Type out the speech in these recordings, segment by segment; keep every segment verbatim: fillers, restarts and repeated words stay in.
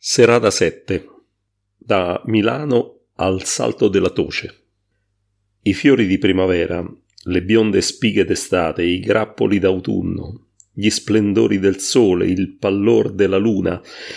Serata sette. Da Milano al Salto della Toce. I fiori di primavera, le bionde spighe d'estate, i grappoli d'autunno, gli splendori del sole, il pallor della luna,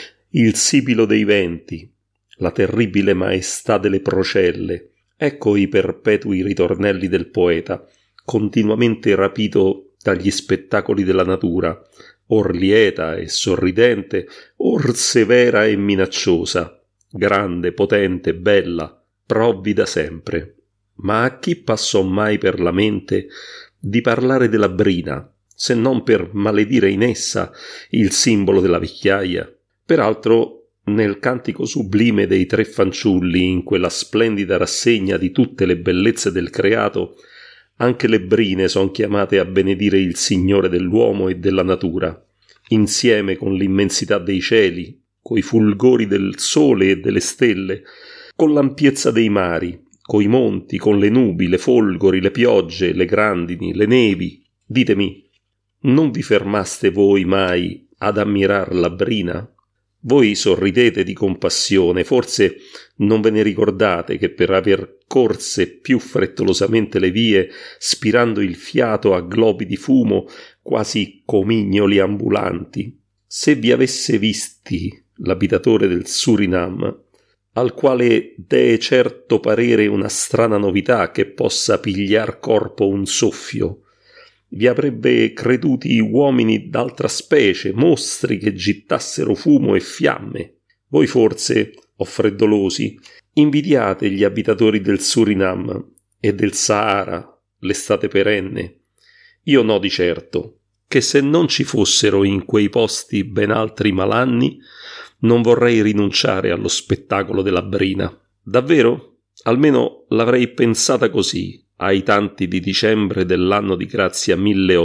il sibilo dei venti, la terribile maestà delle procelle, ecco i perpetui ritornelli del poeta, continuamente rapito dagli spettacoli della natura, or lieta e sorridente, or severa e minacciosa, grande, potente, bella, provvida sempre. Ma a chi passò mai per la mente di parlare della brina, se non per maledire in essa il simbolo della vecchiaia? Peraltro, nel cantico sublime dei tre fanciulli, in quella splendida rassegna di tutte le bellezze del creato, anche le brine son chiamate a benedire il Signore dell'uomo e della natura, insieme con l'immensità dei cieli, coi fulgori del sole e delle stelle, con l'ampiezza dei mari, coi monti, con le nubi, le folgori, le piogge, le grandini, le nevi. Ditemi, non vi fermaste voi mai ad ammirar la brina? Voi sorridete di compassione, forse non ve ne ricordate che per aver corse più frettolosamente le vie, spirando il fiato a globi di fumo, quasi comignoli ambulanti, se vi avesse visti l'abitatore del Surinam, al quale dee certo parere una strana novità che possa pigliar corpo un soffio, vi avrebbe creduti uomini d'altra specie, mostri che gittassero fumo e fiamme. Voi forse, o freddolosi, invidiate gli abitatori del Surinam e del Sahara, l'estate perenne. Io no di certo, che se non ci fossero in quei posti ben altri malanni, non vorrei rinunciare allo spettacolo della brina. Davvero? Almeno l'avrei pensata così, ai tanti di dicembre dell'anno di grazia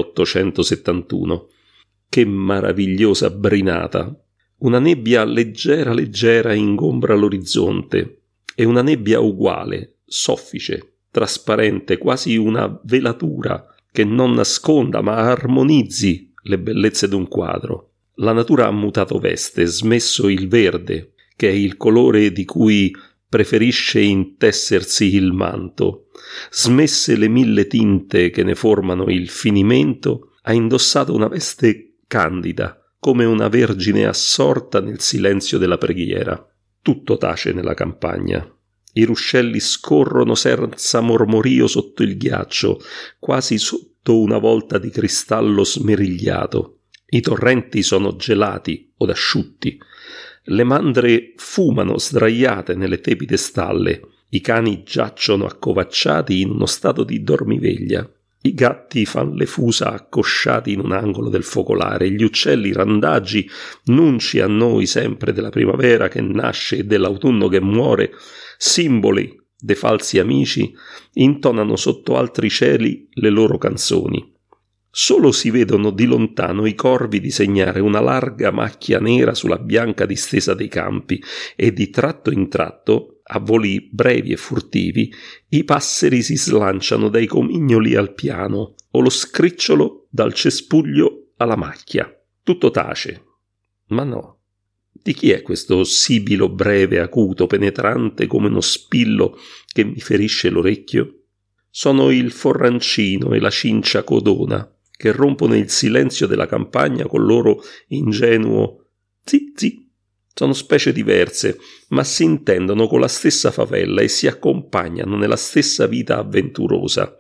milleottocentosettantuno. Che maravigliosa brinata! Una nebbia leggera leggera ingombra l'orizzonte, e una nebbia uguale, soffice, trasparente, quasi una velatura, che non nasconda ma armonizzi le bellezze d'un quadro. La natura ha mutato veste, smesso il verde, che è il colore di cui preferisce intessersi il manto, smesse le mille tinte che ne formano il finimento, ha indossato una veste candida, come una vergine assorta nel silenzio della preghiera. Tutto tace nella campagna. I ruscelli scorrono senza mormorio sotto il ghiaccio, quasi sotto una volta di cristallo smerigliato. I torrenti sono gelati od asciutti. Le mandre fumano sdraiate nelle tepide stalle, i cani giacciono accovacciati in uno stato di dormiveglia, i gatti fan le fusa accosciati in un angolo del focolare, gli uccelli randaggi, nunci a noi sempre della primavera che nasce e dell'autunno che muore, simboli dei falsi amici, intonano sotto altri cieli le loro canzoni. Solo si vedono di lontano i corvi disegnare una larga macchia nera sulla bianca distesa dei campi e di tratto in tratto, a voli brevi e furtivi, i passeri si slanciano dai comignoli al piano o lo scricciolo dal cespuglio alla macchia. Tutto tace. Ma no. Di chi è questo sibilo breve, acuto, penetrante come uno spillo che mi ferisce l'orecchio? Sono il forrancino e la cincia codona, che rompono il silenzio della campagna col loro ingenuo zi zi. Sono specie diverse, ma si intendono con la stessa favella e si accompagnano nella stessa vita avventurosa.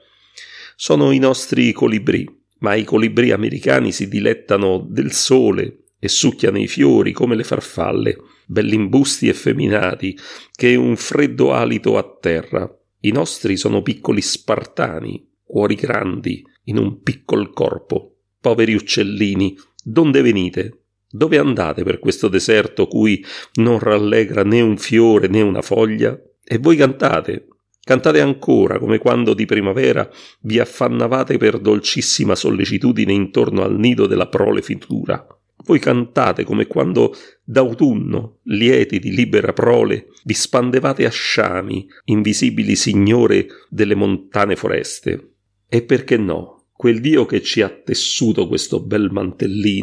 Sono i nostri colibrì, ma i colibrì americani si dilettano del sole e succhiano i fiori come le farfalle, bellimbusti effeminati, che un freddo alito atterra. I nostri sono piccoli spartani, cuori grandi, in un piccol corpo. Poveri uccellini, donde venite? Dove andate per questo deserto cui non rallegra né un fiore né una foglia? E voi cantate, cantate ancora come quando di primavera vi affannavate per dolcissima sollecitudine intorno al nido della prole futura. Voi cantate come quando d'autunno, lieti di libera prole, vi spandevate a sciami, invisibili signore delle montane foreste. E perché no? Quel Dio che ci ha tessuto questo bel mantellino,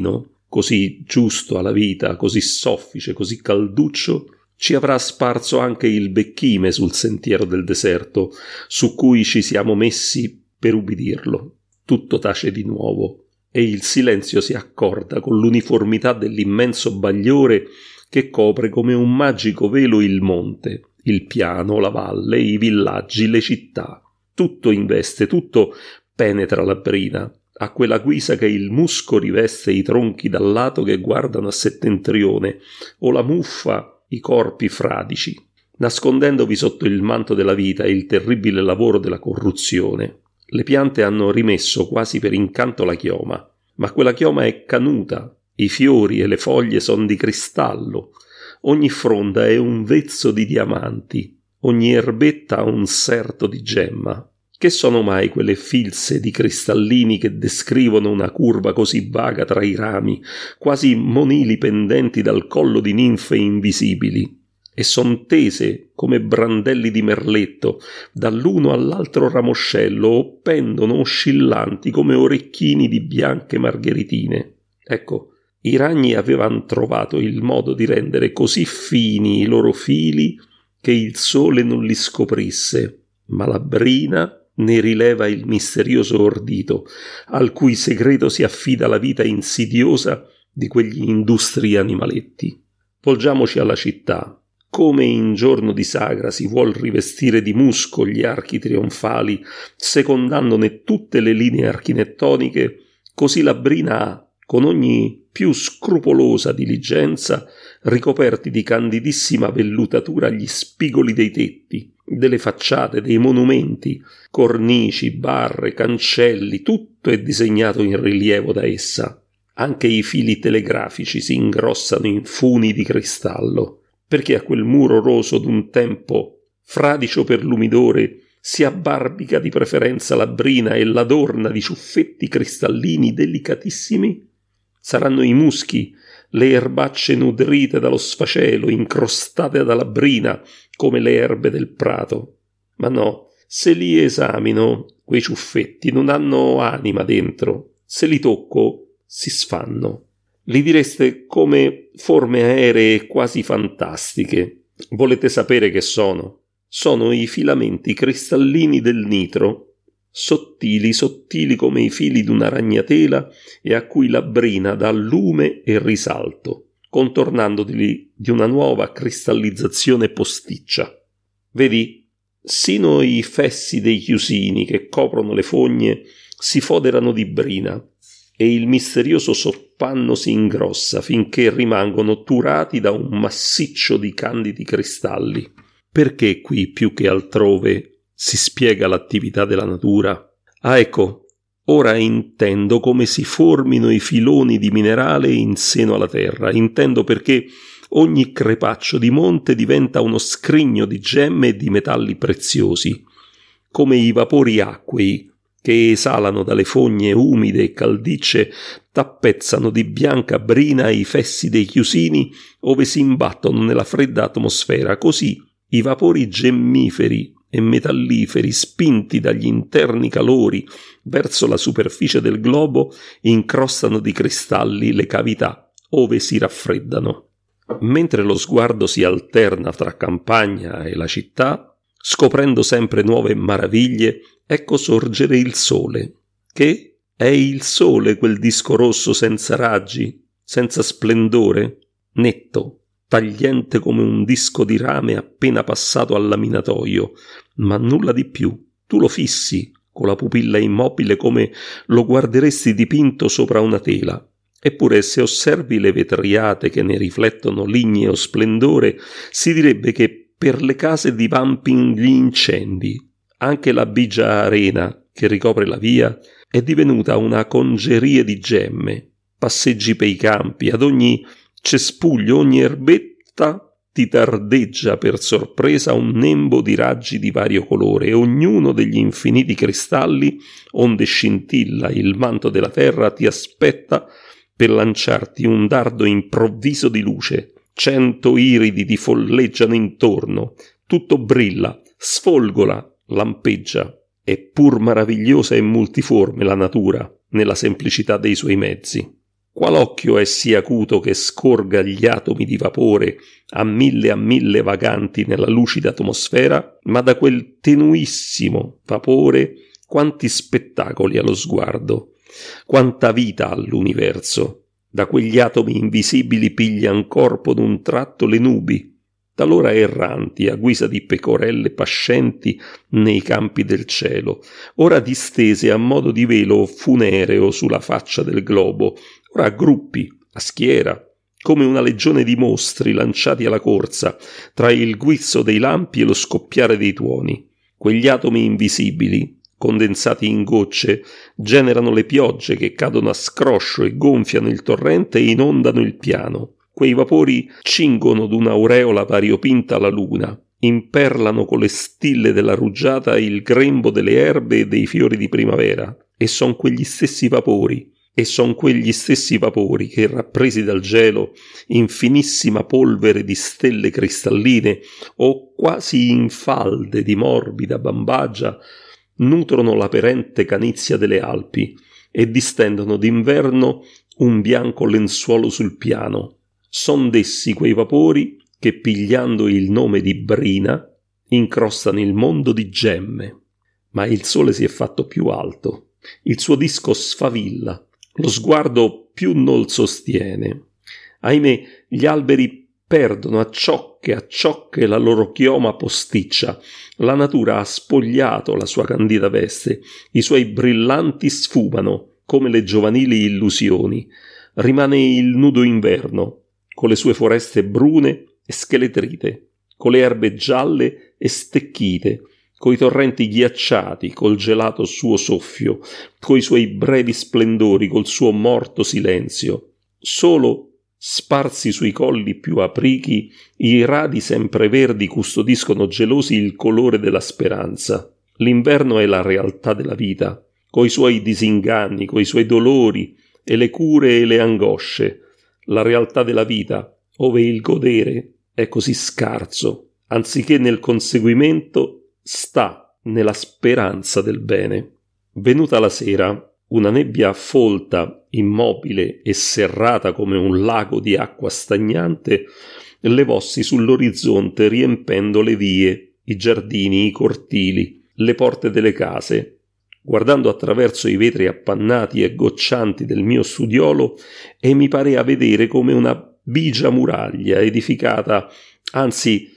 così giusto alla vita, così soffice, così calduccio, ci avrà sparso anche il becchime sul sentiero del deserto, su cui ci siamo messi per ubbidirlo. Tutto tace di nuovo, e il silenzio si accorda con l'uniformità dell'immenso bagliore che copre come un magico velo il monte, il piano, la valle, i villaggi, le città. Tutto investe, tutto penetra la brina, a quella guisa che il musco riveste i tronchi dal lato che guardano a settentrione, o la muffa i corpi fradici, nascondendovi sotto il manto della vita il terribile lavoro della corruzione. Le piante hanno rimesso quasi per incanto la chioma, ma quella chioma è canuta, i fiori e le foglie son di cristallo, ogni fronda è un vezzo di diamanti, ogni erbetta ha un serto di gemma. Che sono mai quelle filze di cristallini che descrivono una curva così vaga tra i rami, quasi monili pendenti dal collo di ninfe invisibili, e son tese come brandelli di merletto dall'uno all'altro ramoscello, o pendono oscillanti come orecchini di bianche margheritine. Ecco, i ragni avevan trovato il modo di rendere così fini i loro fili che il sole non li scoprisse, ma la brina ne rileva il misterioso ordito, al cui segreto si affida la vita insidiosa di quegli industri animaletti. Volgiamoci alla città. Come in giorno di sagra si vuol rivestire di musco gli archi trionfali, secondandone tutte le linee architettoniche, così la brina ha, con ogni più scrupolosa diligenza, ricoperti di candidissima vellutatura gli spigoli dei tetti, delle facciate, dei monumenti, cornici, barre, cancelli, tutto è disegnato in rilievo da essa. Anche i fili telegrafici si ingrossano in funi di cristallo, perché a quel muro roso d'un tempo fradicio per l'umidore si abbarbica di preferenza la brina e l'adorna di ciuffetti cristallini delicatissimi? Saranno i muschi, le erbacce nudrite dallo sfacelo, incrostate dalla brina, come le erbe del prato. Ma no, se li esamino, quei ciuffetti non hanno anima dentro. Se li tocco, si sfanno. Li direste come forme aeree quasi fantastiche. Volete sapere che sono? Sono i filamenti cristallini del nitro, sottili, sottili come i fili d'una ragnatela, e a cui la brina dà lume e risalto, contornandoli di una nuova cristallizzazione posticcia. Vedi, sino i fessi dei chiusini che coprono le fogne si foderano di brina, e il misterioso soppanno si ingrossa finché rimangono turati da un massiccio di candidi cristalli. Perché qui più che altrove si spiega l'attività della natura? Ah, ecco, ora intendo come si formino i filoni di minerale in seno alla terra. Intendo perché ogni crepaccio di monte diventa uno scrigno di gemme e di metalli preziosi, come i vapori acquei che esalano dalle fogne umide e caldicce tappezzano di bianca brina i fessi dei chiusini ove si imbattono nella fredda atmosfera. Così i vapori gemmiferi e metalliferi, spinti dagli interni calori verso la superficie del globo, incrostano di cristalli le cavità ove si raffreddano. Mentre lo sguardo si alterna tra campagna e la città, scoprendo sempre nuove maraviglie, ecco sorgere il sole, che è il sole quel disco rosso senza raggi, senza splendore, netto, tagliente come un disco di rame appena passato al laminatoio, ma nulla di più. Tu lo fissi con la pupilla immobile come lo guarderesti dipinto sopra una tela. Eppure se osservi le vetriate che ne riflettono ligneo splendore, si direbbe che per le case divampin gli incendi. Anche la bigia arena che ricopre la via è divenuta una congerie di gemme. Passeggi per i campi, ad ogni cespuglio, ogni erbetta ti tardeggia per sorpresa un nembo di raggi di vario colore, e ognuno degli infiniti cristalli, onde scintilla il manto della terra, ti aspetta per lanciarti un dardo improvviso di luce. Cento iridi ti folleggiano intorno, tutto brilla, sfolgola, lampeggia. È pur maravigliosa e multiforme la natura nella semplicità dei suoi mezzi. Qual occhio è sì acuto che scorga gli atomi di vapore a mille a mille vaganti nella lucida atmosfera? Ma da quel tenuissimo vapore quanti spettacoli allo sguardo, quanta vita all'universo. Da quegli atomi invisibili piglian corpo d'un tratto le nubi, talora erranti a guisa di pecorelle pascenti nei campi del cielo, ora distese a modo di velo funereo sulla faccia del globo, ora a gruppi, a schiera, come una legione di mostri lanciati alla corsa, tra il guizzo dei lampi e lo scoppiare dei tuoni. Quegli atomi invisibili, condensati in gocce, generano le piogge che cadono a scroscio e gonfiano il torrente e inondano il piano. Quei vapori cingono d'un'aureola variopinta la luna, imperlano con le stille della rugiada il grembo delle erbe e dei fiori di primavera, e son quegli stessi vapori, e son quegli stessi vapori che, rappresi dal gelo, in finissima polvere di stelle cristalline o quasi in falde di morbida bambagia, nutrono la perenne canizia delle Alpi e distendono d'inverno un bianco lenzuolo sul piano. Son d'essi quei vapori che, pigliando il nome di brina, incrostano il mondo di gemme. Ma il sole si è fatto più alto, il suo disco sfavilla, lo sguardo più nol sostiene. Ahimè, gli alberi perdono a ciocche a ciocche la loro chioma posticcia, la natura ha spogliato la sua candida veste, i suoi brillanti sfumano come le giovanili illusioni, rimane il nudo inverno, con le sue foreste brune e scheletrite, con le erbe gialle e stecchite, coi torrenti ghiacciati, col gelato suo soffio, coi suoi brevi splendori, col suo morto silenzio. Solo, sparsi sui colli più aprichi, i radi sempreverdi custodiscono gelosi il colore della speranza. L'inverno è la realtà della vita, coi suoi disinganni, coi suoi dolori e le cure e le angosce, la realtà della vita, ove il godere è così scarso, anziché nel conseguimento sta nella speranza del bene. Venuta la sera, una nebbia folta, immobile e serrata come un lago di acqua stagnante, levossi sull'orizzonte riempendo le vie, i giardini, i cortili, le porte delle case. Guardando attraverso i vetri appannati e goccianti del mio studiolo, e mi parea vedere come una bigia muraglia edificata, anzi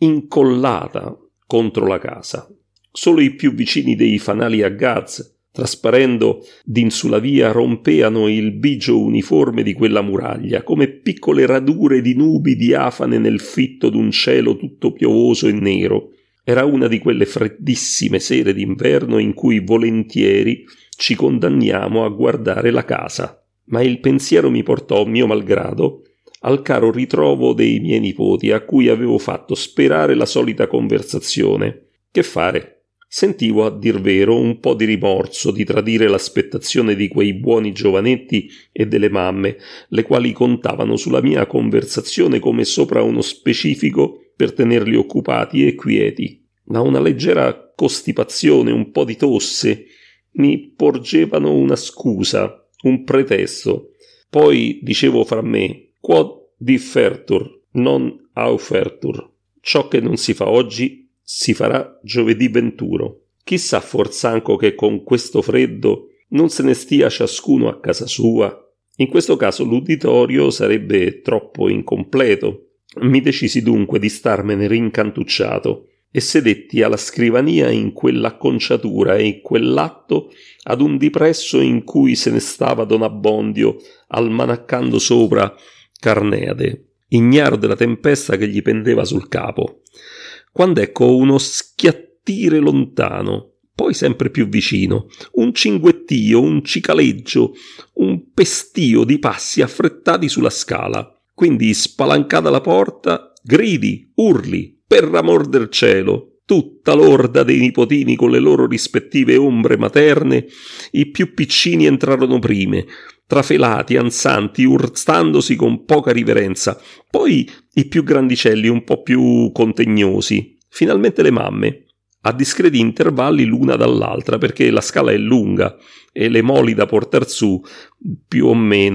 incollata contro la casa. Solo i più vicini dei fanali a gaz, trasparendo d'in sulla via, rompeano il bigio uniforme di quella muraglia, come piccole radure di nubi diafane nel fitto d'un cielo tutto piovoso e nero. Era una di quelle freddissime sere d'inverno in cui volentieri ci condanniamo a guardare la casa. Ma il pensiero mi portò, mio malgrado, al caro ritrovo dei miei nipoti, a cui avevo fatto sperare la solita conversazione. Che fare? Sentivo, a dir vero, un po' di rimorso di tradire l'aspettazione di quei buoni giovanetti e delle mamme, le quali contavano sulla mia conversazione come sopra uno specifico per tenerli occupati e quieti. Ma una leggera costipazione, un po' di tosse, mi porgevano una scusa, un pretesto. Poi dicevo fra me, quod differtur, non aufertur. Ciò che non si fa oggi si farà giovedì venturo. Chissà fors'anco che con questo freddo non se ne stia ciascuno a casa sua. In questo caso l'uditorio sarebbe troppo incompleto. Mi decisi dunque di starmene rincantucciato e sedetti alla scrivania in quell'acconciatura e in quell'atto ad un dipresso in cui se ne stava Don Abbondio almanaccando sopra Carneade, ignaro della tempesta che gli pendeva sul capo, quando ecco uno schiattire lontano, poi sempre più vicino, un cinguettio, un cicaleggio, un pestio di passi affrettati sulla scala. Quindi, spalancata la porta, gridi, urli, per amor del cielo, tutta l'orda dei nipotini con le loro rispettive ombre materne, i più piccini entrarono prime, trafelati, ansanti, urtandosi con poca riverenza, poi i più grandicelli un po' più contegnosi, finalmente le mamme, a discreti intervalli l'una dall'altra, perché la scala è lunga e le moli da portar su più o meno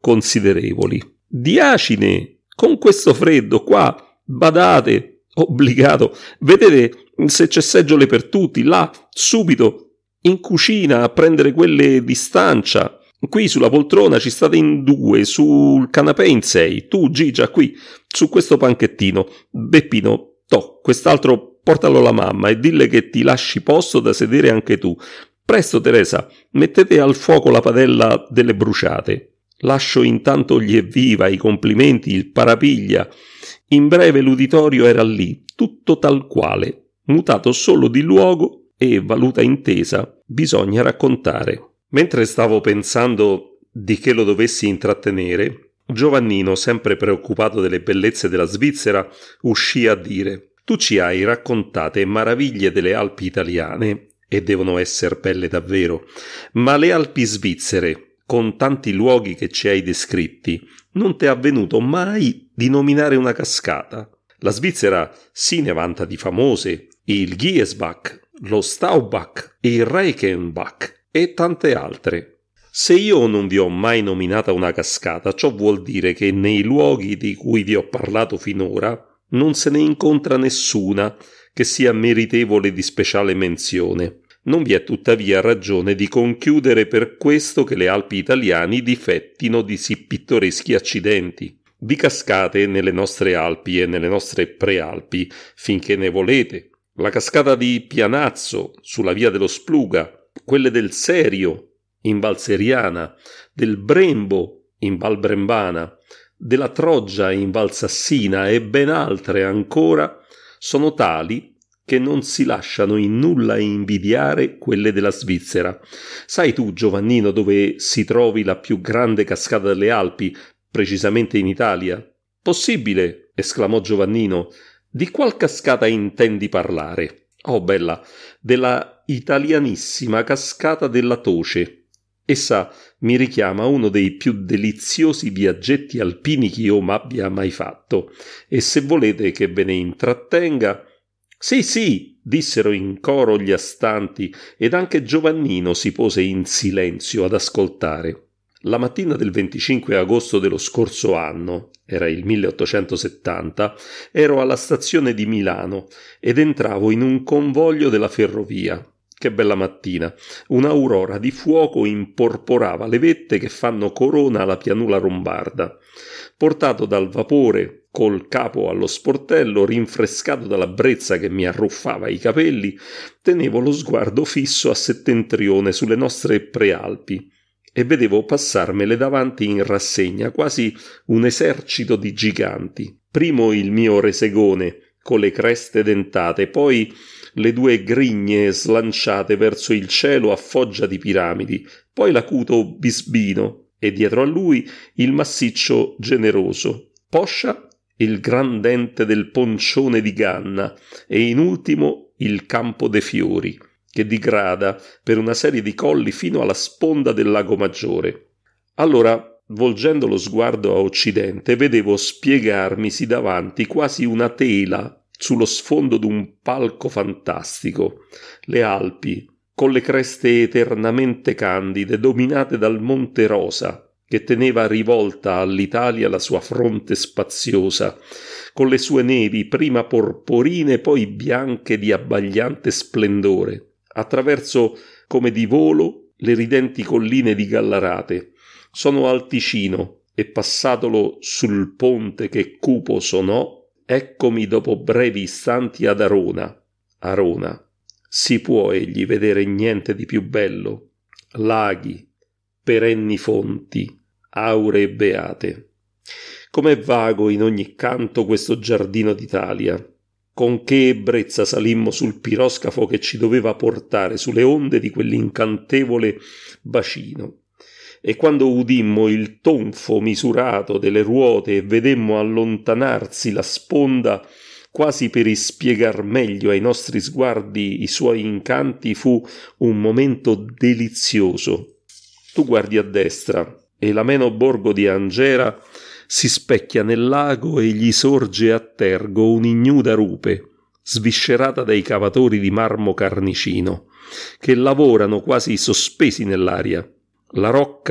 considerevoli. Diacine, con questo freddo qua, badate, obbligato, vedete se c'è seggiole per tutti, là, subito, in cucina a prendere quelle di stancia. Qui sulla poltrona ci state in due, sul canapè in sei, tu Gigia qui, su questo panchettino, Beppino, to, quest'altro portalo alla mamma e dille che ti lasci posto da sedere anche tu. Presto Teresa, mettete al fuoco la padella delle bruciate. Lascio intanto gli evviva, i complimenti, il parapiglia. In breve l'uditorio era lì, tutto tal quale, mutato solo di luogo e, valuta intesa, bisogna raccontare. Mentre stavo pensando di che lo dovessi intrattenere, Giovannino, sempre preoccupato delle bellezze della Svizzera, uscì a dire: «Tu ci hai raccontate meraviglie delle Alpi italiane, e devono essere belle davvero, ma le Alpi svizzere, con tanti luoghi che ci hai descritti, non t'è avvenuto mai di nominare una cascata? La Svizzera si ne vanta di famose, il Giesbach, lo Staubach, il Reichenbach e tante altre. Se io non vi ho mai nominata una cascata, ciò vuol dire che nei luoghi di cui vi ho parlato finora non se ne incontra nessuna che sia meritevole di speciale menzione. Non vi è tuttavia ragione di conchiudere per questo che le Alpi italiane difettino di sì pittoreschi accidenti. Di cascate nelle nostre Alpi e nelle nostre prealpi, finché ne volete. La cascata di Pianazzo, sulla via dello Spluga, quelle del Serio, in Val Seriana, del Brembo, in Val Brembana, della Troggia in Val Sassina e ben altre ancora, sono tali che non si lasciano in nulla invidiare quelle della Svizzera. Sai tu, Giovannino, dove si trovi la più grande cascata delle Alpi, precisamente in Italia? Possibile, esclamò Giovannino. Di qual cascata intendi parlare? Oh, bella, della italianissima cascata della Toce. Essa mi richiama uno dei più deliziosi viaggetti alpini che io m'abbia mai fatto, e se volete che ve ne intrattenga... Sì, sì, dissero in coro gli astanti, ed anche Giovannino si pose in silenzio ad ascoltare. La mattina del venticinque agosto dello scorso anno, era il milleottocentosettanta, ero alla stazione di Milano ed entravo in un convoglio della ferrovia. Che bella mattina! Un'aurora di fuoco imporporava le vette che fanno corona alla pianura lombarda. Portato dal vapore, col capo allo sportello, rinfrescato dalla brezza che mi arruffava i capelli, tenevo lo sguardo fisso a settentrione sulle nostre prealpi e vedevo passarmele davanti in rassegna quasi un esercito di giganti. Primo il mio resegone, con le creste dentate, poi le due grigne slanciate verso il cielo a foggia di piramidi, poi l'acuto Bisbino e dietro a lui il massiccio Generoso, poscia il gran dente del Poncione di Ganna e in ultimo il Campo de' Fiori, che digrada per una serie di colli fino alla sponda del Lago Maggiore. Allora, volgendo lo sguardo a occidente, vedevo spiegarmisi davanti quasi una tela sullo sfondo d'un palco fantastico, le Alpi, con le creste eternamente candide, dominate dal Monte Rosa, che teneva rivolta all'Italia la sua fronte spaziosa, con le sue nevi prima porporine poi bianche di abbagliante splendore, attraverso come di volo le ridenti colline di Gallarate. Sono al Ticino e passatolo sul ponte che cupo sonò, eccomi dopo brevi istanti ad Arona. Arona. Si può egli vedere niente di più bello? Laghi, perenni fonti, auree beate. Com'è vago in ogni canto questo giardino d'Italia. Con che ebbrezza salimmo sul piroscafo che ci doveva portare sulle onde di quell'incantevole bacino. E quando udimmo il tonfo misurato delle ruote e vedemmo allontanarsi la sponda quasi per ispiegar meglio ai nostri sguardi i suoi incanti, fu un momento delizioso. Tu guardi a destra e l'ameno borgo di Angera si specchia nel lago e gli sorge a tergo un'ignuda rupe, sviscerata dai cavatori di marmo carnicino, che lavorano quasi sospesi nell'aria. La rocca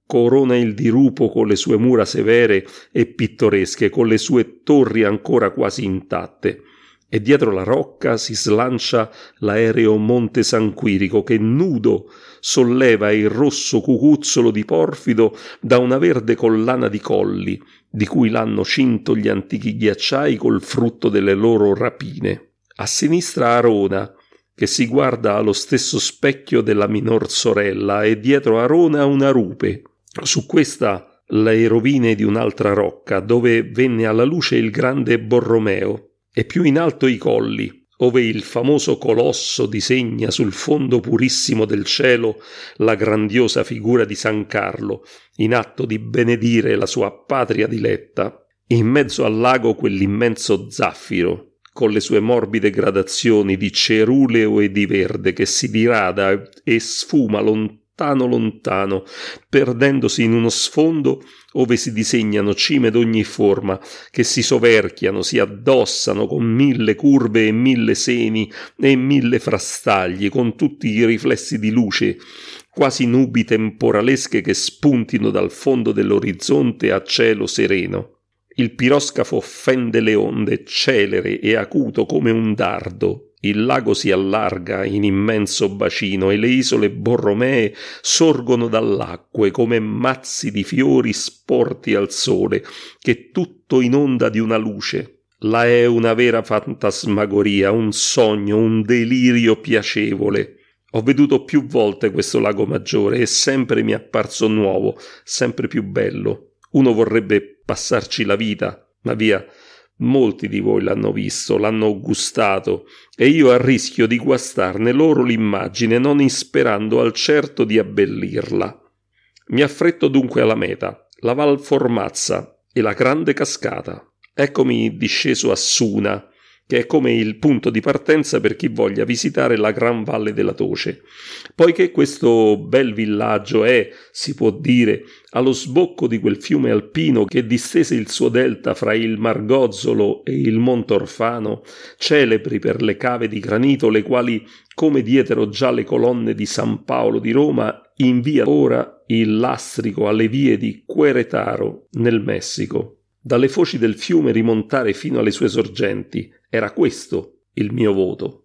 corona il dirupo con le sue mura severe e pittoresche, con le sue torri ancora quasi intatte. E dietro la rocca si slancia l'aereo monte San Quirico che nudo solleva il rosso cucuzzolo di porfido da una verde collana di colli, di cui l'hanno cinto gli antichi ghiacciai col frutto delle loro rapine. A sinistra Arona, che si guarda allo stesso specchio della minor sorella, e dietro Arona una rupe. Su questa le rovine di un'altra rocca, dove venne alla luce il grande Borromeo, e più in alto i colli, ove il famoso colosso disegna sul fondo purissimo del cielo la grandiosa figura di San Carlo, in atto di benedire la sua patria diletta. In mezzo al lago quell'immenso zaffiro, con le sue morbide gradazioni di ceruleo e di verde, che si dirada e sfuma lontano lontano, perdendosi in uno sfondo ove si disegnano cime d'ogni forma, che si soverchiano, si addossano con mille curve e mille seni e mille frastagli, con tutti i riflessi di luce, quasi nubi temporalesche che spuntino dal fondo dell'orizzonte a cielo sereno. Il piroscafo fende le onde, celere e acuto come un dardo. Il lago si allarga in immenso bacino e le isole Borromee sorgono dall'acque come mazzi di fiori sporti al sole, che tutto inonda di una luce. La è una vera fantasmagoria, un sogno, un delirio piacevole. Ho veduto più volte questo lago maggiore e sempre mi è apparso nuovo, sempre più bello. Uno vorrebbe passarci la vita, ma via, molti di voi l'hanno visto, l'hanno gustato, e io arrischio di guastarne loro l'immagine, non isperando al certo di abbellirla. Mi affretto dunque alla meta, la Val Formazza e la grande cascata. Eccomi disceso a Suna, che è come il punto di partenza per chi voglia visitare la Gran Valle della Toce. Poiché questo bel villaggio è, si può dire, allo sbocco di quel fiume alpino che distese il suo delta fra il Margozzolo e il Monte Orfano, celebri per le cave di granito, le quali, come dietro già le colonne di San Paolo di Roma, invia ora il lastrico alle vie di Querétaro nel Messico. Dalle foci del fiume rimontare fino alle sue sorgenti. Era questo il mio voto.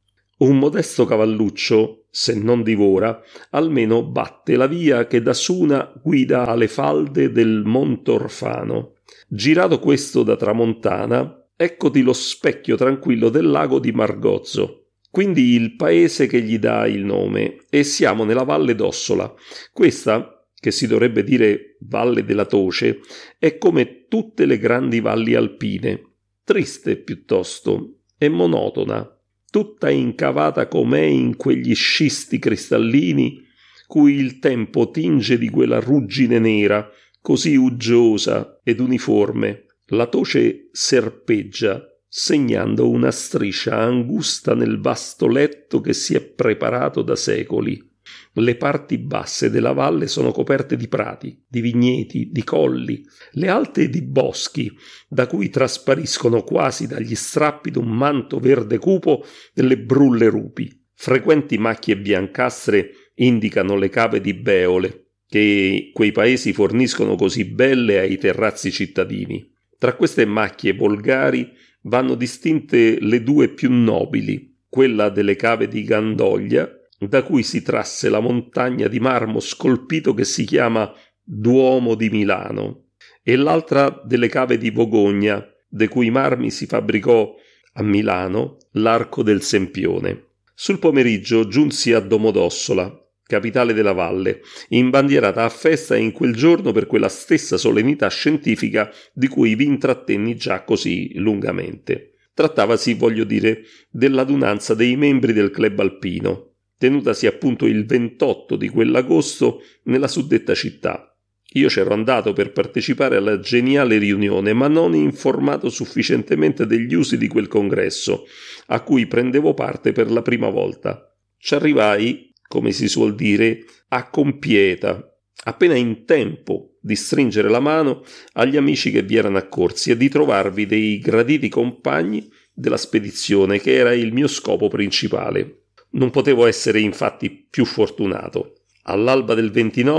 Un modesto cavalluccio, se non divora, almeno batte la via che da Suna guida alle falde del Monte Orfano. Girato questo da tramontana, eccoti lo specchio tranquillo del lago di Margozzo, quindi il paese che gli dà il nome, e siamo nella Valle d'Ossola. Questa, che si dovrebbe dire Valle della Toce, è come tutte le grandi valli alpine, triste piuttosto e monotona, tutta incavata com'è in quegli scisti cristallini cui il tempo tinge di quella ruggine nera, così uggiosa ed uniforme. La Toce serpeggia, segnando una striscia angusta nel vasto letto che si è preparato da secoli. Le parti basse della valle sono coperte di prati, di vigneti, di colli, le alte di boschi, da cui traspariscono quasi dagli strappi d'un manto verde cupo delle brulle rupi. Frequenti macchie biancastre indicano le cave di Beole, che quei paesi forniscono così belle ai terrazzi cittadini. Tra queste macchie volgari vanno distinte le due più nobili, quella delle cave di Gandoglia, da cui si trasse la montagna di marmo scolpito che si chiama Duomo di Milano, e l'altra delle cave di Vogogna, de cui marmi si fabbricò a Milano l'Arco del Sempione. Sul pomeriggio giunsi a Domodossola, capitale della valle, imbandierata a festa in quel giorno per quella stessa solennità scientifica di cui vi intrattenni già così lungamente. Trattavasi, voglio dire, dell'adunanza dei membri del club alpino, tenutasi appunto il ventotto di quell'agosto nella suddetta città. Io c'ero andato per partecipare alla geniale riunione, ma non informato sufficientemente degli usi di quel congresso, a cui prendevo parte per la prima volta. Ci arrivai, come si suol dire, a compieta, appena in tempo di stringere la mano agli amici che vi erano accorsi e di trovarvi dei graditi compagni della spedizione, che era il mio scopo principale. Non potevo essere infatti più fortunato. All'alba del ventinove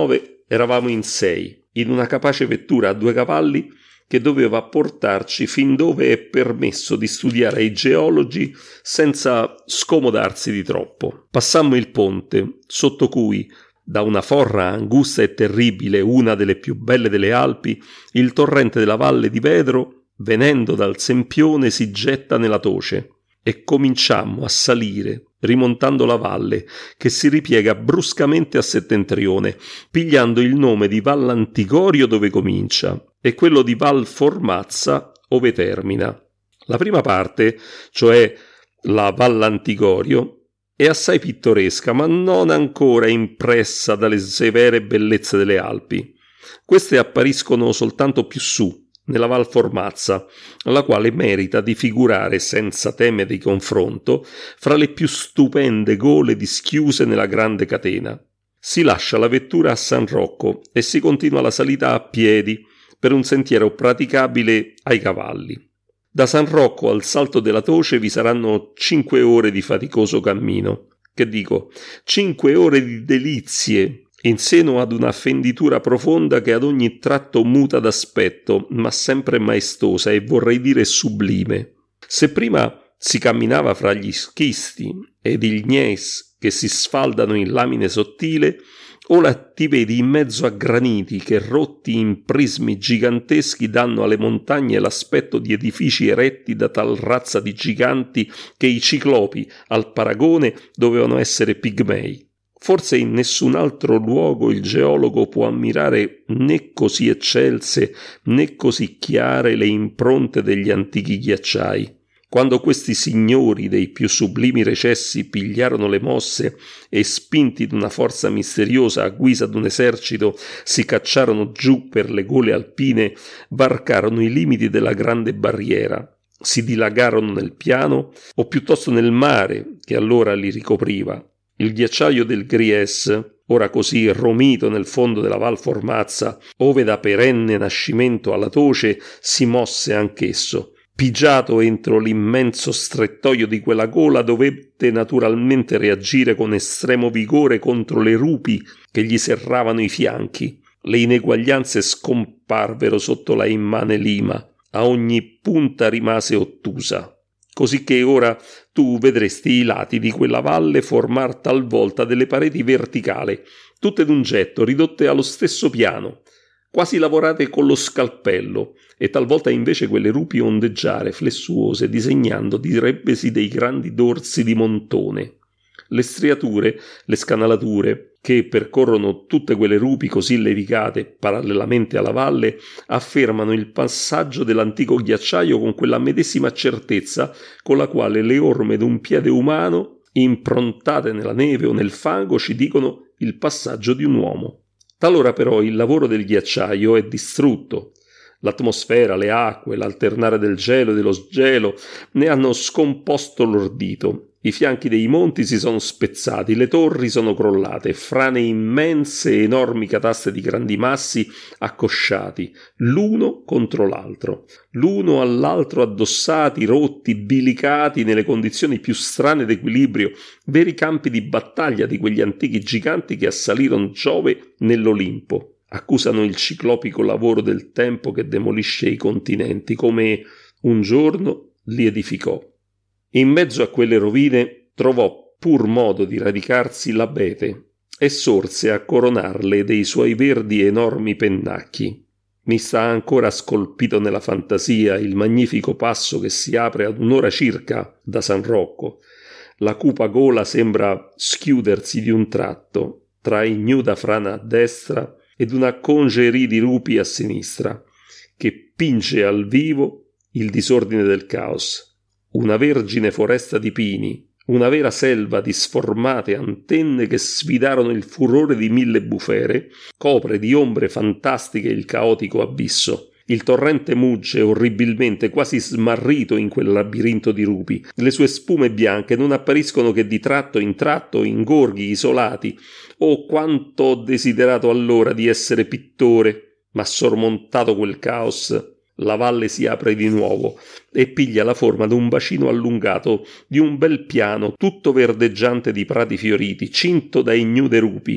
Eravamo in sei, in una capace vettura a due cavalli che doveva portarci fin dove è permesso di studiare ai geologi senza scomodarsi di troppo. Passammo il ponte, sotto cui, da una forra angusta e terribile, una delle più belle delle Alpi, il torrente della Valle di Vedro, venendo dal Sempione, si getta nella Toce, e cominciammo a salire, rimontando la valle, che si ripiega bruscamente a settentrione, pigliando il nome di Val Antigorio dove comincia, e quello di Val Formazza ove termina. La prima parte, cioè la Val Antigorio, è assai pittoresca, ma non ancora impressa dalle severe bellezze delle Alpi. Queste appariscono soltanto più su, nella Val Formazza, la quale merita di figurare senza tema di confronto fra le più stupende gole dischiuse nella grande catena. Si lascia la vettura a San Rocco e si continua la salita a piedi per un sentiero praticabile ai cavalli. Da San Rocco al Salto della Toce vi saranno cinque ore di faticoso cammino. Che dico, cinque ore di delizie in seno ad una fenditura profonda che ad ogni tratto muta d'aspetto, ma sempre maestosa e vorrei dire sublime. Se prima si camminava fra gli schisti ed i gneiss che si sfaldano in lamine sottile, ora ti vedi in mezzo a graniti che rotti in prismi giganteschi danno alle montagne l'aspetto di edifici eretti da tal razza di giganti che i ciclopi, al paragone, dovevano essere pigmei. Forse in nessun altro luogo il geologo può ammirare né così eccelse né così chiare le impronte degli antichi ghiacciai. Quando questi signori dei più sublimi recessi pigliarono le mosse e, spinti d'una forza misteriosa a guisa d'un esercito, si cacciarono giù per le gole alpine, varcarono i limiti della grande barriera, si dilagarono nel piano o piuttosto nel mare che allora li ricopriva. Il ghiacciaio del Gries, ora così romito nel fondo della Val Formazza, ove da perenne nascimento alla Toce, si mosse anch'esso. Pigiato entro l'immenso strettoio di quella gola, dovette naturalmente reagire con estremo vigore contro le rupi che gli serravano i fianchi. Le ineguaglianze scomparvero sotto la immane lima, a ogni punta rimase ottusa. Cosicché ora tu vedresti i lati di quella valle formar talvolta delle pareti verticali, tutte d'un getto, ridotte allo stesso piano, quasi lavorate con lo scalpello, e talvolta invece quelle rupi ondeggiare, flessuose, disegnando, direbbesi, dei grandi dorsi di montone. Le striature, le scanalature, che percorrono tutte quelle rupi così levicate parallelamente alla valle, affermano il passaggio dell'antico ghiacciaio con quella medesima certezza con la quale le orme d'un piede umano, improntate nella neve o nel fango, ci dicono il passaggio di un uomo. Talora però il lavoro del ghiacciaio è distrutto. L'atmosfera, le acque, l'alternare del gelo e dello sgelo ne hanno scomposto l'ordito. I fianchi dei monti si sono spezzati, le torri sono crollate, frane immense e enormi cataste di grandi massi accosciati, l'uno contro l'altro, l'uno all'altro addossati, rotti, bilicati nelle condizioni più strane d'equilibrio, veri campi di battaglia di quegli antichi giganti che assalirono Giove nell'Olimpo. Accusano il ciclopico lavoro del tempo che demolisce i continenti, come un giorno li edificò. In mezzo a quelle rovine trovò pur modo di radicarsi l'abete e sorse a coronarle dei suoi verdi enormi pennacchi. Mi sta ancora scolpito nella fantasia il magnifico passo che si apre ad un'ora circa da San Rocco. La cupa gola sembra schiudersi di un tratto tra ignuda frana a destra ed una congerie di rupi a sinistra, che pinge al vivo il disordine del caos. Una vergine foresta di pini, una vera selva di sformate antenne che sfidarono il furore di mille bufere, copre di ombre fantastiche il caotico abisso. Il torrente mugge orribilmente, quasi smarrito in quel labirinto di rupi. Le sue spume bianche non appariscono che di tratto in tratto, in gorghi isolati. Oh, quanto ho desiderato allora di essere pittore! Ma sormontato quel caos, la valle si apre di nuovo e piglia la forma d'un bacino allungato, di un bel piano tutto verdeggiante di prati fioriti, cinto da ignude rupi.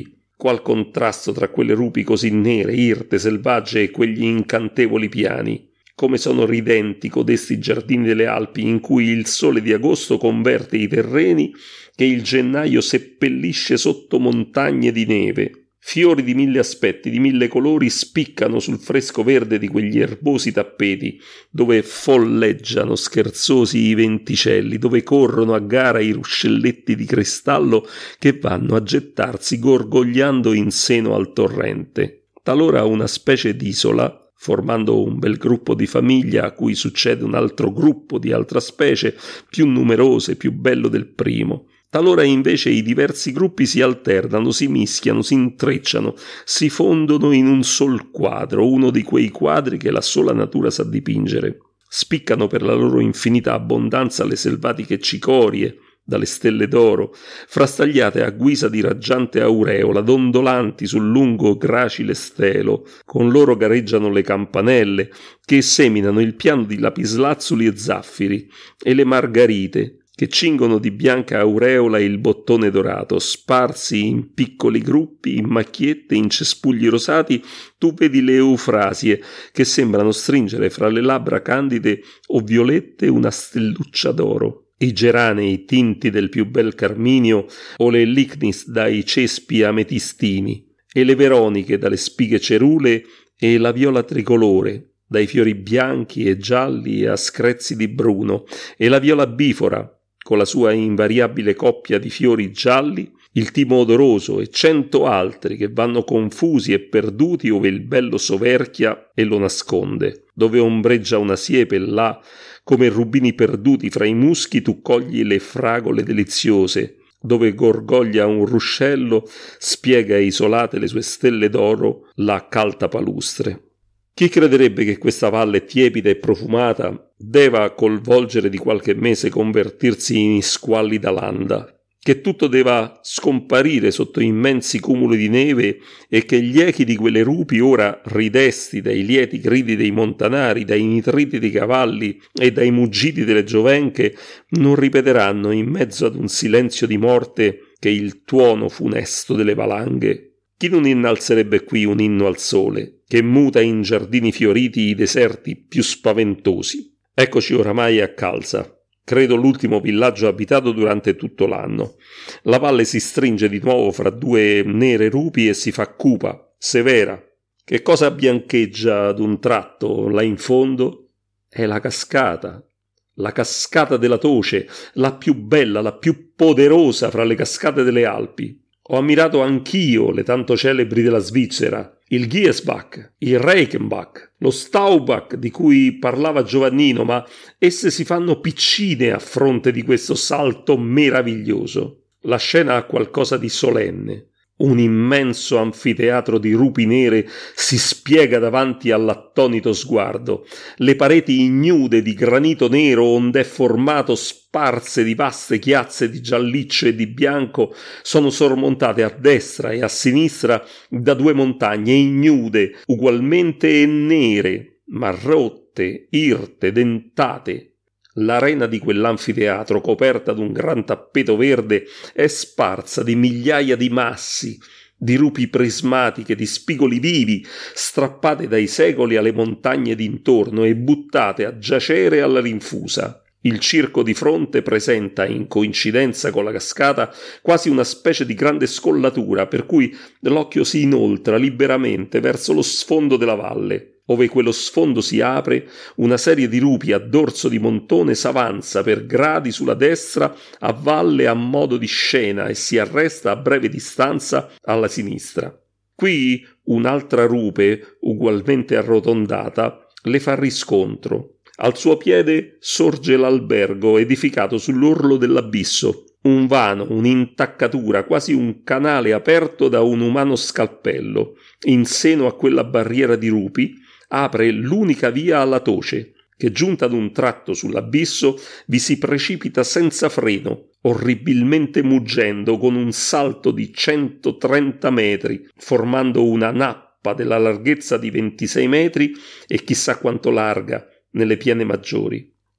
Qual contrasto tra quelle rupi così nere, irte, selvagge e quegli incantevoli piani. Come sono ridenti codesti giardini delle Alpi in cui il sole di agosto converte i terreni che il gennaio seppellisce sotto montagne di neve. Fiori di mille aspetti, di mille colori spiccano sul fresco verde di quegli erbosi tappeti, dove folleggiano scherzosi i venticelli, dove corrono a gara i ruscelletti di cristallo che vanno a gettarsi gorgogliando in seno al torrente. Talora una specie d'isola, formando un bel gruppo di famiglia a cui succede un altro gruppo di altra specie, più numeroso e più bello del primo. Talora invece i diversi gruppi si alternano, si mischiano, si intrecciano, si fondono in un sol quadro, uno di quei quadri che la sola natura sa dipingere. Spiccano per la loro infinita abbondanza le selvatiche cicorie, dalle stelle d'oro, frastagliate a guisa di raggiante aureola, dondolanti sul lungo gracile stelo. Con loro gareggiano le campanelle, che seminano il piano di lapislazzuli e zaffiri, e le margarite, che cingono di bianca aureola il bottone dorato. Sparsi in piccoli gruppi, in macchiette, in cespugli rosati, tu vedi le eufrasie che sembrano stringere fra le labbra candide o violette una stelluccia d'oro. I geranei tinti del più bel carminio o le licnis dai cespi ametistini, e le veroniche dalle spighe cerule e la viola tricolore dai fiori bianchi e gialli a screzzi di bruno, e la viola bifora con la sua invariabile coppia di fiori gialli, il timo odoroso e cento altri che vanno confusi e perduti ove il bello soverchia e lo nasconde. Dove ombreggia una siepe là, come rubini perduti fra i muschi, tu cogli le fragole deliziose. Dove gorgoglia un ruscello, spiega isolate le sue stelle d'oro la calta palustre. Chi crederebbe che questa valle tiepida e profumata deva col volgere di qualche mese convertirsi in squallida landa, che tutto deva scomparire sotto immensi cumuli di neve e che gli echi di quelle rupi ora ridesti dai lieti gridi dei montanari, dai nitriti dei cavalli e dai muggiti delle giovenche non ripeteranno in mezzo ad un silenzio di morte che il tuono funesto delle valanghe. Chi non innalzerebbe qui un inno al sole, che muta in giardini fioriti i deserti più spaventosi? Eccoci oramai a Calza, credo l'ultimo villaggio abitato durante tutto l'anno. La valle si stringe di nuovo fra due nere rupi e si fa cupa, severa. Che cosa biancheggia ad un tratto là in fondo? È la cascata. La cascata della Toce, la più bella, la più poderosa fra le cascate delle Alpi. Ho ammirato anch'io le tanto celebri della Svizzera, il Giesbach, il Reichenbach, lo Staubach di cui parlava Giovannino, ma esse si fanno piccine a fronte di questo salto meraviglioso. La scena ha qualcosa di solenne. Un immenso anfiteatro di rupi nere si spiega davanti all'attonito sguardo. Le pareti ignude di granito nero ond'è formato sparse di vaste chiazze di gialliccio e di bianco sono sormontate a destra e a sinistra da due montagne ignude, ugualmente nere, ma rotte, irte, dentate. L'arena di quell'anfiteatro, coperta d'un gran tappeto verde, è sparsa di migliaia di massi, di rupi prismatiche, di spigoli vivi, strappate dai secoli alle montagne d'intorno e buttate a giacere alla rinfusa. Il circo di fronte presenta, in coincidenza con la cascata, quasi una specie di grande scollatura, per cui l'occhio si inoltra liberamente verso lo sfondo della valle. Ove quello sfondo si apre, una serie di rupi a dorso di montone s'avanza per gradi sulla destra a valle a modo di scena e si arresta a breve distanza alla sinistra. Qui un'altra rupe, ugualmente arrotondata, le fa riscontro. Al suo piede sorge l'albergo edificato sull'orlo dell'abisso, un vano, un'intaccatura, quasi un canale aperto da un umano scalpello. In seno a quella barriera di rupi apre l'unica via alla Toce, che giunta ad un tratto sull'abisso vi si precipita senza freno, orribilmente muggendo con un salto di centotrenta metri, formando una nappa della larghezza di ventisei metri e chissà quanto larga nelle piene maggiori.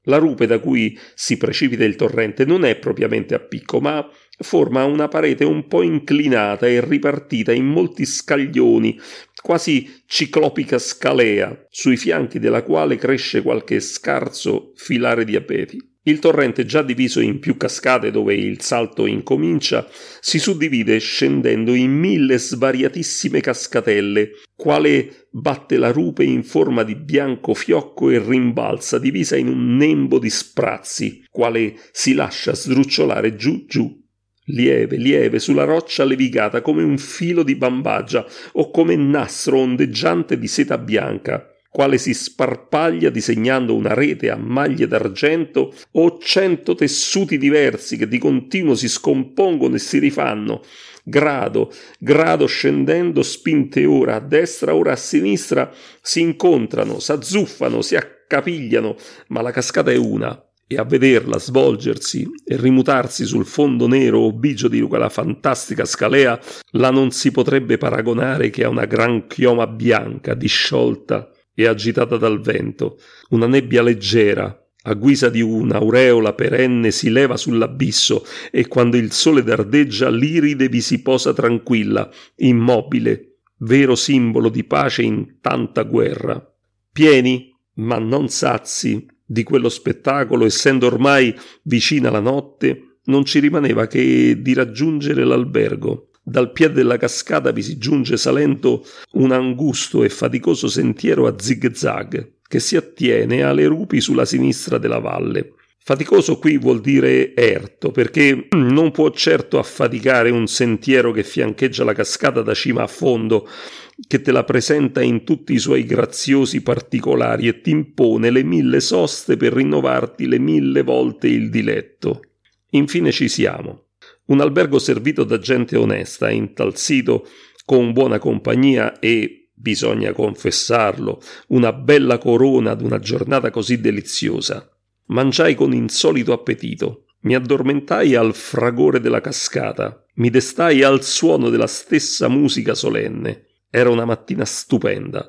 La rupe da cui si precipita il torrente non è propriamente a picco, ma forma una parete un po' inclinata e ripartita in molti scaglioni, quasi ciclopica scalea, sui fianchi della quale cresce qualche scarso filare di abeti. Il torrente, già diviso in più cascate dove il salto incomincia, si suddivide scendendo in mille svariatissime cascatelle, quale batte la rupe in forma di bianco fiocco e rimbalza, divisa in un nembo di sprazzi, quale si lascia sdrucciolare giù giù, lieve, lieve, sulla roccia levigata come un filo di bambagia o come nastro ondeggiante di seta bianca, quale si sparpaglia disegnando una rete a maglie d'argento o cento tessuti diversi che di continuo si scompongono e si rifanno, grado, grado scendendo, spinte ora a destra, ora a sinistra, si incontrano, s'azzuffano, si accapigliano, ma la cascata è una, e a vederla svolgersi e rimutarsi sul fondo nero o bigio di quella fantastica scalea, la non si potrebbe paragonare che a una gran chioma bianca, disciolta e agitata dal vento. Una nebbia leggera, a guisa di un'aureola perenne, si leva sull'abisso e quando il sole dardeggia l'iride vi si posa tranquilla, immobile, vero simbolo di pace in tanta guerra. Pieni, ma non sazi, di quello spettacolo, essendo ormai vicina la notte, non ci rimaneva che di raggiungere l'albergo. Dal piede della cascata vi si giunge salendo un angusto e faticoso sentiero a zig-zag che si attiene alle rupi sulla sinistra della valle. Faticoso qui vuol dire erto, perché non può certo affaticare un sentiero che fiancheggia la cascata da cima a fondo, che te la presenta in tutti i suoi graziosi particolari e ti impone le mille soste per rinnovarti le mille volte il diletto. Infine ci siamo. Un albergo servito da gente onesta, intalsito con buona compagnia e, bisogna confessarlo, una bella corona ad una giornata così deliziosa. Mangiai con insolito appetito, mi addormentai al fragore della cascata, mi destai al suono della stessa musica solenne. Era una mattina stupenda.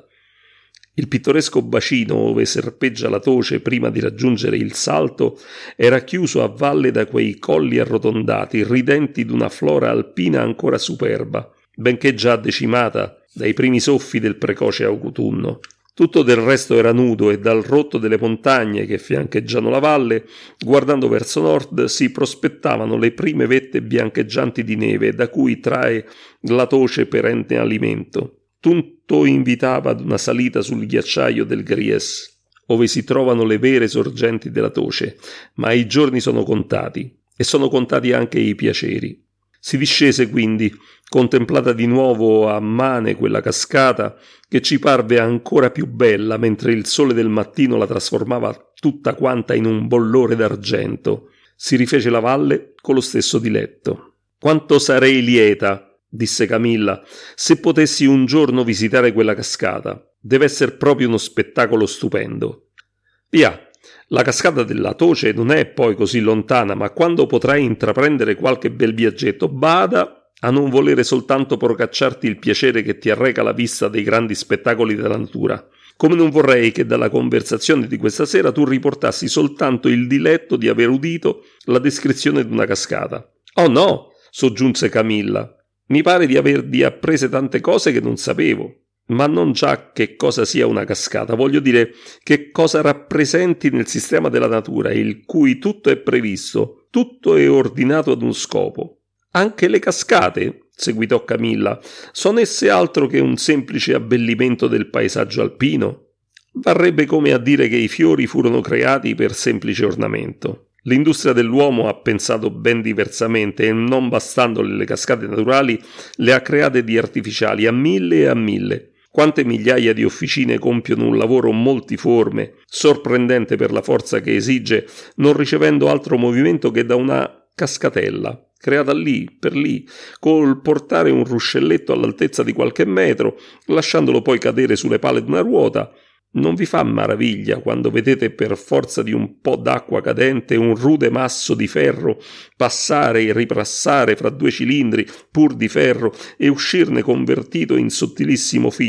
Il pittoresco bacino ove serpeggia la Toce prima di raggiungere il salto era chiuso a valle da quei colli arrotondati, ridenti d'una flora alpina ancora superba, benché già decimata dai primi soffi del precoce autunno. Tutto del resto era nudo e dal rotto delle montagne che fiancheggiano la valle, guardando verso nord, si prospettavano le prime vette biancheggianti di neve da cui trae la Toce perenne alimento. Tutto invitava ad una salita sul ghiacciaio del Gries, ove si trovano le vere sorgenti della Toce, ma i giorni sono contati, e sono contati anche i piaceri. Si discese quindi, contemplata di nuovo a mane quella cascata, che ci parve ancora più bella mentre il sole del mattino la trasformava tutta quanta in un bollore d'argento. Si rifece la valle con lo stesso diletto. «Quanto sarei lieta», disse Camilla, «se potessi un giorno visitare quella cascata. Deve essere proprio uno spettacolo stupendo». «Via, la cascata della Toce non è poi così lontana, ma quando potrai intraprendere qualche bel viaggetto, bada a non volere soltanto procacciarti il piacere che ti arreca la vista dei grandi spettacoli della natura. Come non vorrei che dalla conversazione di questa sera tu riportassi soltanto il diletto di aver udito la descrizione di una cascata». «Oh no», soggiunse Camilla, «mi pare di avervi apprese tante cose che non sapevo». «Ma non già che cosa sia una cascata, voglio dire che cosa rappresenti nel sistema della natura, il cui tutto è previsto, tutto è ordinato ad un scopo». «Anche le cascate», seguitò Camilla, «sono esse altro che un semplice abbellimento del paesaggio alpino? Varrebbe come a dire che i fiori furono creati per semplice ornamento. L'industria dell'uomo ha pensato ben diversamente e non bastandole le cascate naturali le ha create di artificiali a mille e a mille. Quante migliaia di officine compiono un lavoro multiforme, sorprendente per la forza che esige, non ricevendo altro movimento che da una cascatella, creata lì, per lì, col portare un ruscelletto all'altezza di qualche metro, lasciandolo poi cadere sulle pale di una ruota. Non vi fa maraviglia quando vedete per forza di un po' d'acqua cadente un rude masso di ferro passare e ripassare fra due cilindri pur di ferro e uscirne convertito in sottilissimo filo?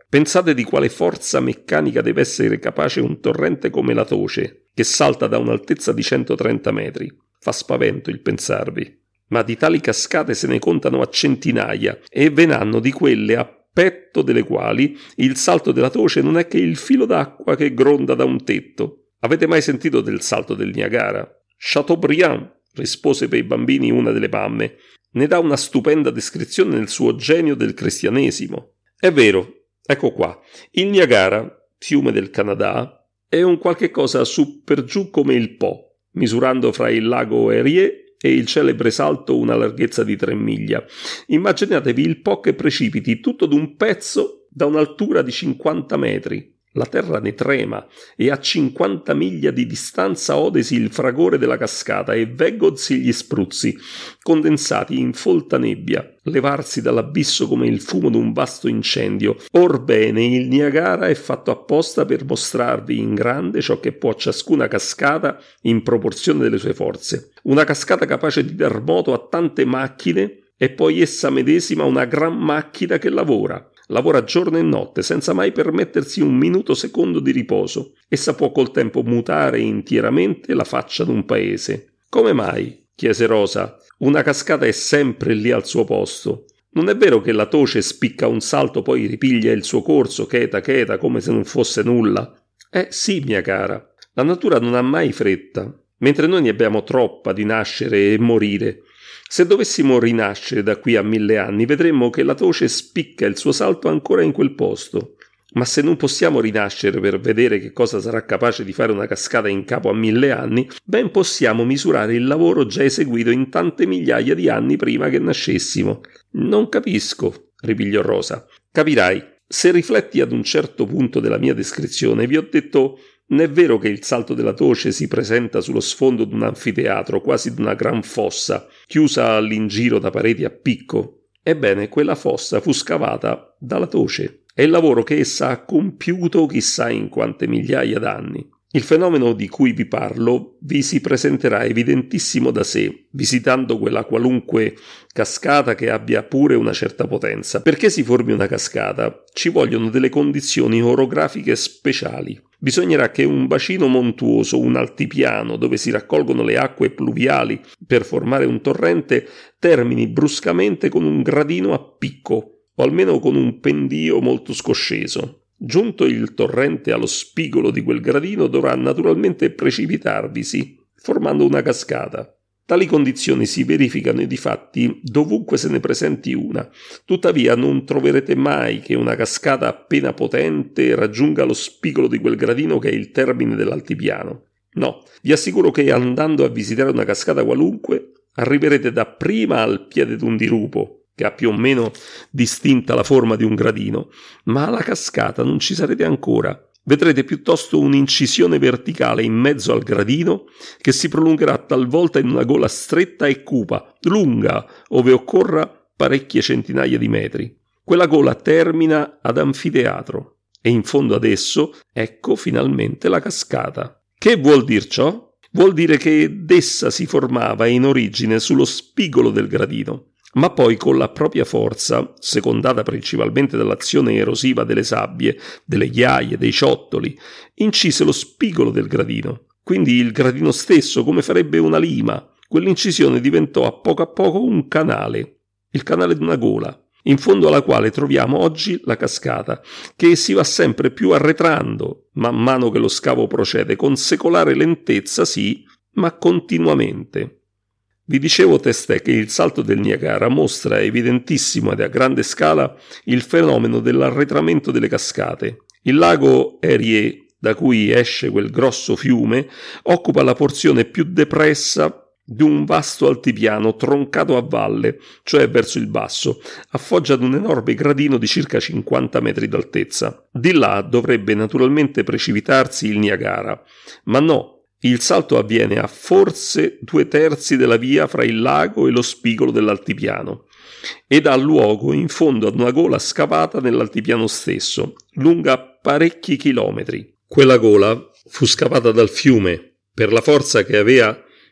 Pensate di quale forza meccanica deve essere capace un torrente come la Toce, che salta da un'altezza di centotrenta metri. Fa spavento il pensarvi. Ma di tali cascate se ne contano a centinaia e ve n'hanno di quelle a petto delle quali il salto della Toce non è che il filo d'acqua che gronda da un tetto. Avete mai sentito del salto del Niagara? Chateaubriand, rispose per i bambini una delle mamme, ne dà una stupenda descrizione nel suo Genio del cristianesimo. È vero, ecco qua, il Niagara, fiume del Canada, è un qualche cosa su per giù come il Po, misurando fra il lago Erie e il celebre salto una larghezza di tre miglia. Immaginatevi il Po che precipiti tutto d'un pezzo da un'altura di cinquanta metri. La terra ne trema e a cinquanta miglia di distanza odesi il fragore della cascata e veggozi gli spruzzi, condensati in folta nebbia, levarsi dall'abisso come il fumo d'un vasto incendio. Orbene, il Niagara è fatto apposta per mostrarvi in grande ciò che può ciascuna cascata in proporzione delle sue forze. Una cascata capace di dar moto a tante macchine e poi essa medesima una gran macchina che lavora. Lavora giorno e notte senza mai permettersi un minuto secondo di riposo. Essa può col tempo mutare intieramente la faccia d'un paese. Come mai? Chiese Rosa. Una cascata è sempre lì al suo posto. Non è vero che la Toce spicca un salto poi ripiglia il suo corso cheta cheta come se non fosse nulla? Eh sì, mia cara. La natura non ha mai fretta, mentre noi ne abbiamo troppa di nascere e morire. Se dovessimo rinascere da qui a mille anni, vedremmo che la Toce spicca il suo salto ancora in quel posto. Ma se non possiamo rinascere per vedere che cosa sarà capace di fare una cascata in capo a mille anni, ben possiamo misurare il lavoro già eseguito in tante migliaia di anni prima che nascessimo. Non capisco, ripigliò Rosa. Capirai, se rifletti ad un certo punto della mia descrizione, vi ho detto... N'è vero che il salto della Toce si presenta sullo sfondo d'un anfiteatro, quasi d'una gran fossa, chiusa all'ingiro da pareti a picco? Ebbene, quella fossa fu scavata dalla Toce. È il lavoro che essa ha compiuto chissà in quante migliaia d'anni. Il fenomeno di cui vi parlo vi si presenterà evidentissimo da sé, visitando quella qualunque cascata che abbia pure una certa potenza. Perché si formi una cascata, ci vogliono delle condizioni orografiche speciali. Bisognerà che un bacino montuoso, un altipiano dove si raccolgono le acque pluviali per formare un torrente, termini bruscamente con un gradino a picco, o almeno con un pendio molto scosceso. Giunto il torrente allo spigolo di quel gradino, dovrà naturalmente precipitarvisi, formando una cascata. Tali condizioni si verificano difatti dovunque se ne presenti una. Tuttavia non troverete mai che una cascata appena potente raggiunga lo spigolo di quel gradino che è il termine dell'altipiano. No, vi assicuro che andando a visitare una cascata qualunque, arriverete dapprima al piede d'un dirupo, che ha più o meno distinta la forma di un gradino, ma alla cascata non ci sarete ancora. Vedrete piuttosto un'incisione verticale in mezzo al gradino che si prolungherà talvolta in una gola stretta e cupa, lunga, ove occorra parecchie centinaia di metri. Quella gola termina ad anfiteatro e in fondo ad esso ecco finalmente la cascata. Che vuol dir ciò? Vuol dire che d'essa si formava in origine sullo spigolo del gradino, ma poi con la propria forza, secondata principalmente dall'azione erosiva delle sabbie, delle ghiaie, dei ciottoli, incise lo spigolo del gradino. Quindi il gradino stesso, come farebbe una lima, quell'incisione diventò a poco a poco un canale, il canale di una gola, in fondo alla quale troviamo oggi la cascata, che si va sempre più arretrando, man mano che lo scavo procede, con secolare lentezza sì, ma continuamente. Vi dicevo testè che il salto del Niagara mostra evidentissimo ed a grande scala il fenomeno dell'arretramento delle cascate. Il lago Erie, da cui esce quel grosso fiume, occupa la porzione più depressa di un vasto altipiano troncato a valle, cioè verso il basso, a foggia ad un enorme gradino di circa cinquanta metri d'altezza. Di là dovrebbe naturalmente precipitarsi il Niagara, ma no. Il salto avviene a forse due terzi della via fra il lago e lo spigolo dell'altipiano ed ha luogo in fondo ad una gola scavata nell'altipiano stesso, lunga parecchi chilometri. Quella gola fu scavata dal fiume per la forza che aveva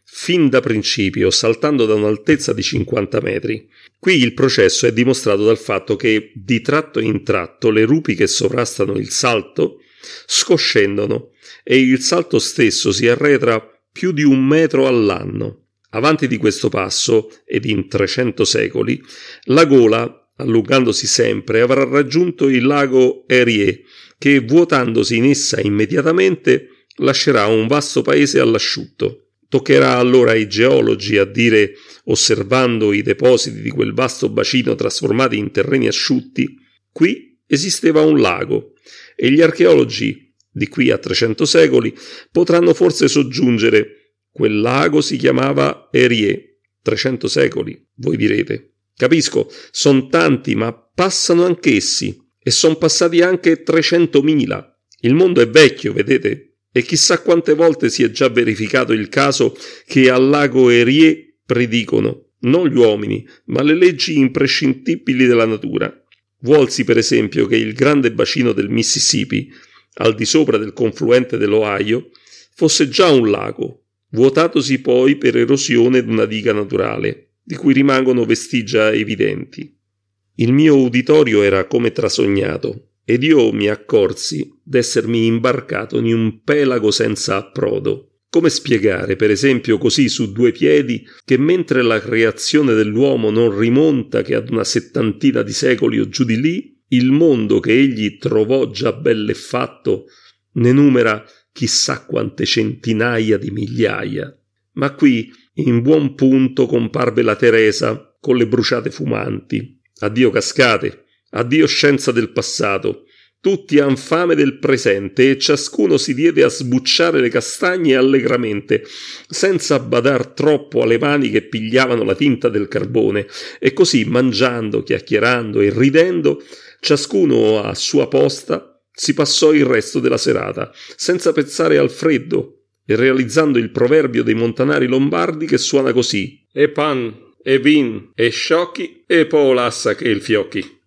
fin da principio, saltando da un'altezza di cinquanta metri. Qui il processo è dimostrato dal fatto che di tratto in tratto le rupi che sovrastano il salto scoscendono e il salto stesso si arretra più di un metro all'anno. Avanti di questo passo, ed in trecento secoli, la gola, allungandosi sempre, avrà raggiunto il lago Erie, che vuotandosi in essa immediatamente lascerà un vasto paese all'asciutto. Toccherà allora ai geologi a dire, osservando i depositi di quel vasto bacino trasformati in terreni asciutti, qui esisteva un lago, e gli archeologi, di qui a trecento secoli, potranno forse soggiungere, quel lago si chiamava Erie. trecento secoli, voi direte. Capisco, son tanti, ma passano anch'essi, e son passati anche trecentomila. Il mondo è vecchio, vedete? E chissà quante volte si è già verificato il caso che al lago Erie predicono, non gli uomini, ma le leggi imprescindibili della natura. Vuolsi per esempio che il grande bacino del Mississippi, al di sopra del confluente dell'Ohio, fosse già un lago, vuotatosi poi per erosione d'una diga naturale, di cui rimangono vestigia evidenti. Il mio uditorio era come trasognato, ed io mi accorsi d'essermi imbarcato in un pelago senza approdo. Come spiegare, per esempio, così su due piedi, che mentre la creazione dell'uomo non rimonta che ad una settantina di secoli o giù di lì, il mondo che egli trovò già bell'e fatto ne numera chissà quante centinaia di migliaia. Ma qui, in buon punto, comparve la Teresa con le bruciate fumanti. Addio cascate, addio scienza del passato. Tutti han fame del presente e ciascuno si diede a sbucciare le castagne allegramente, senza badar troppo alle mani che pigliavano la tinta del carbone, e così, mangiando, chiacchierando e ridendo, ciascuno a sua posta si passò il resto della serata, senza pensare al freddo, e realizzando il proverbio dei montanari lombardi che suona così: e pan, e vin, e sciocchi, e po' lassa che il fiocchi.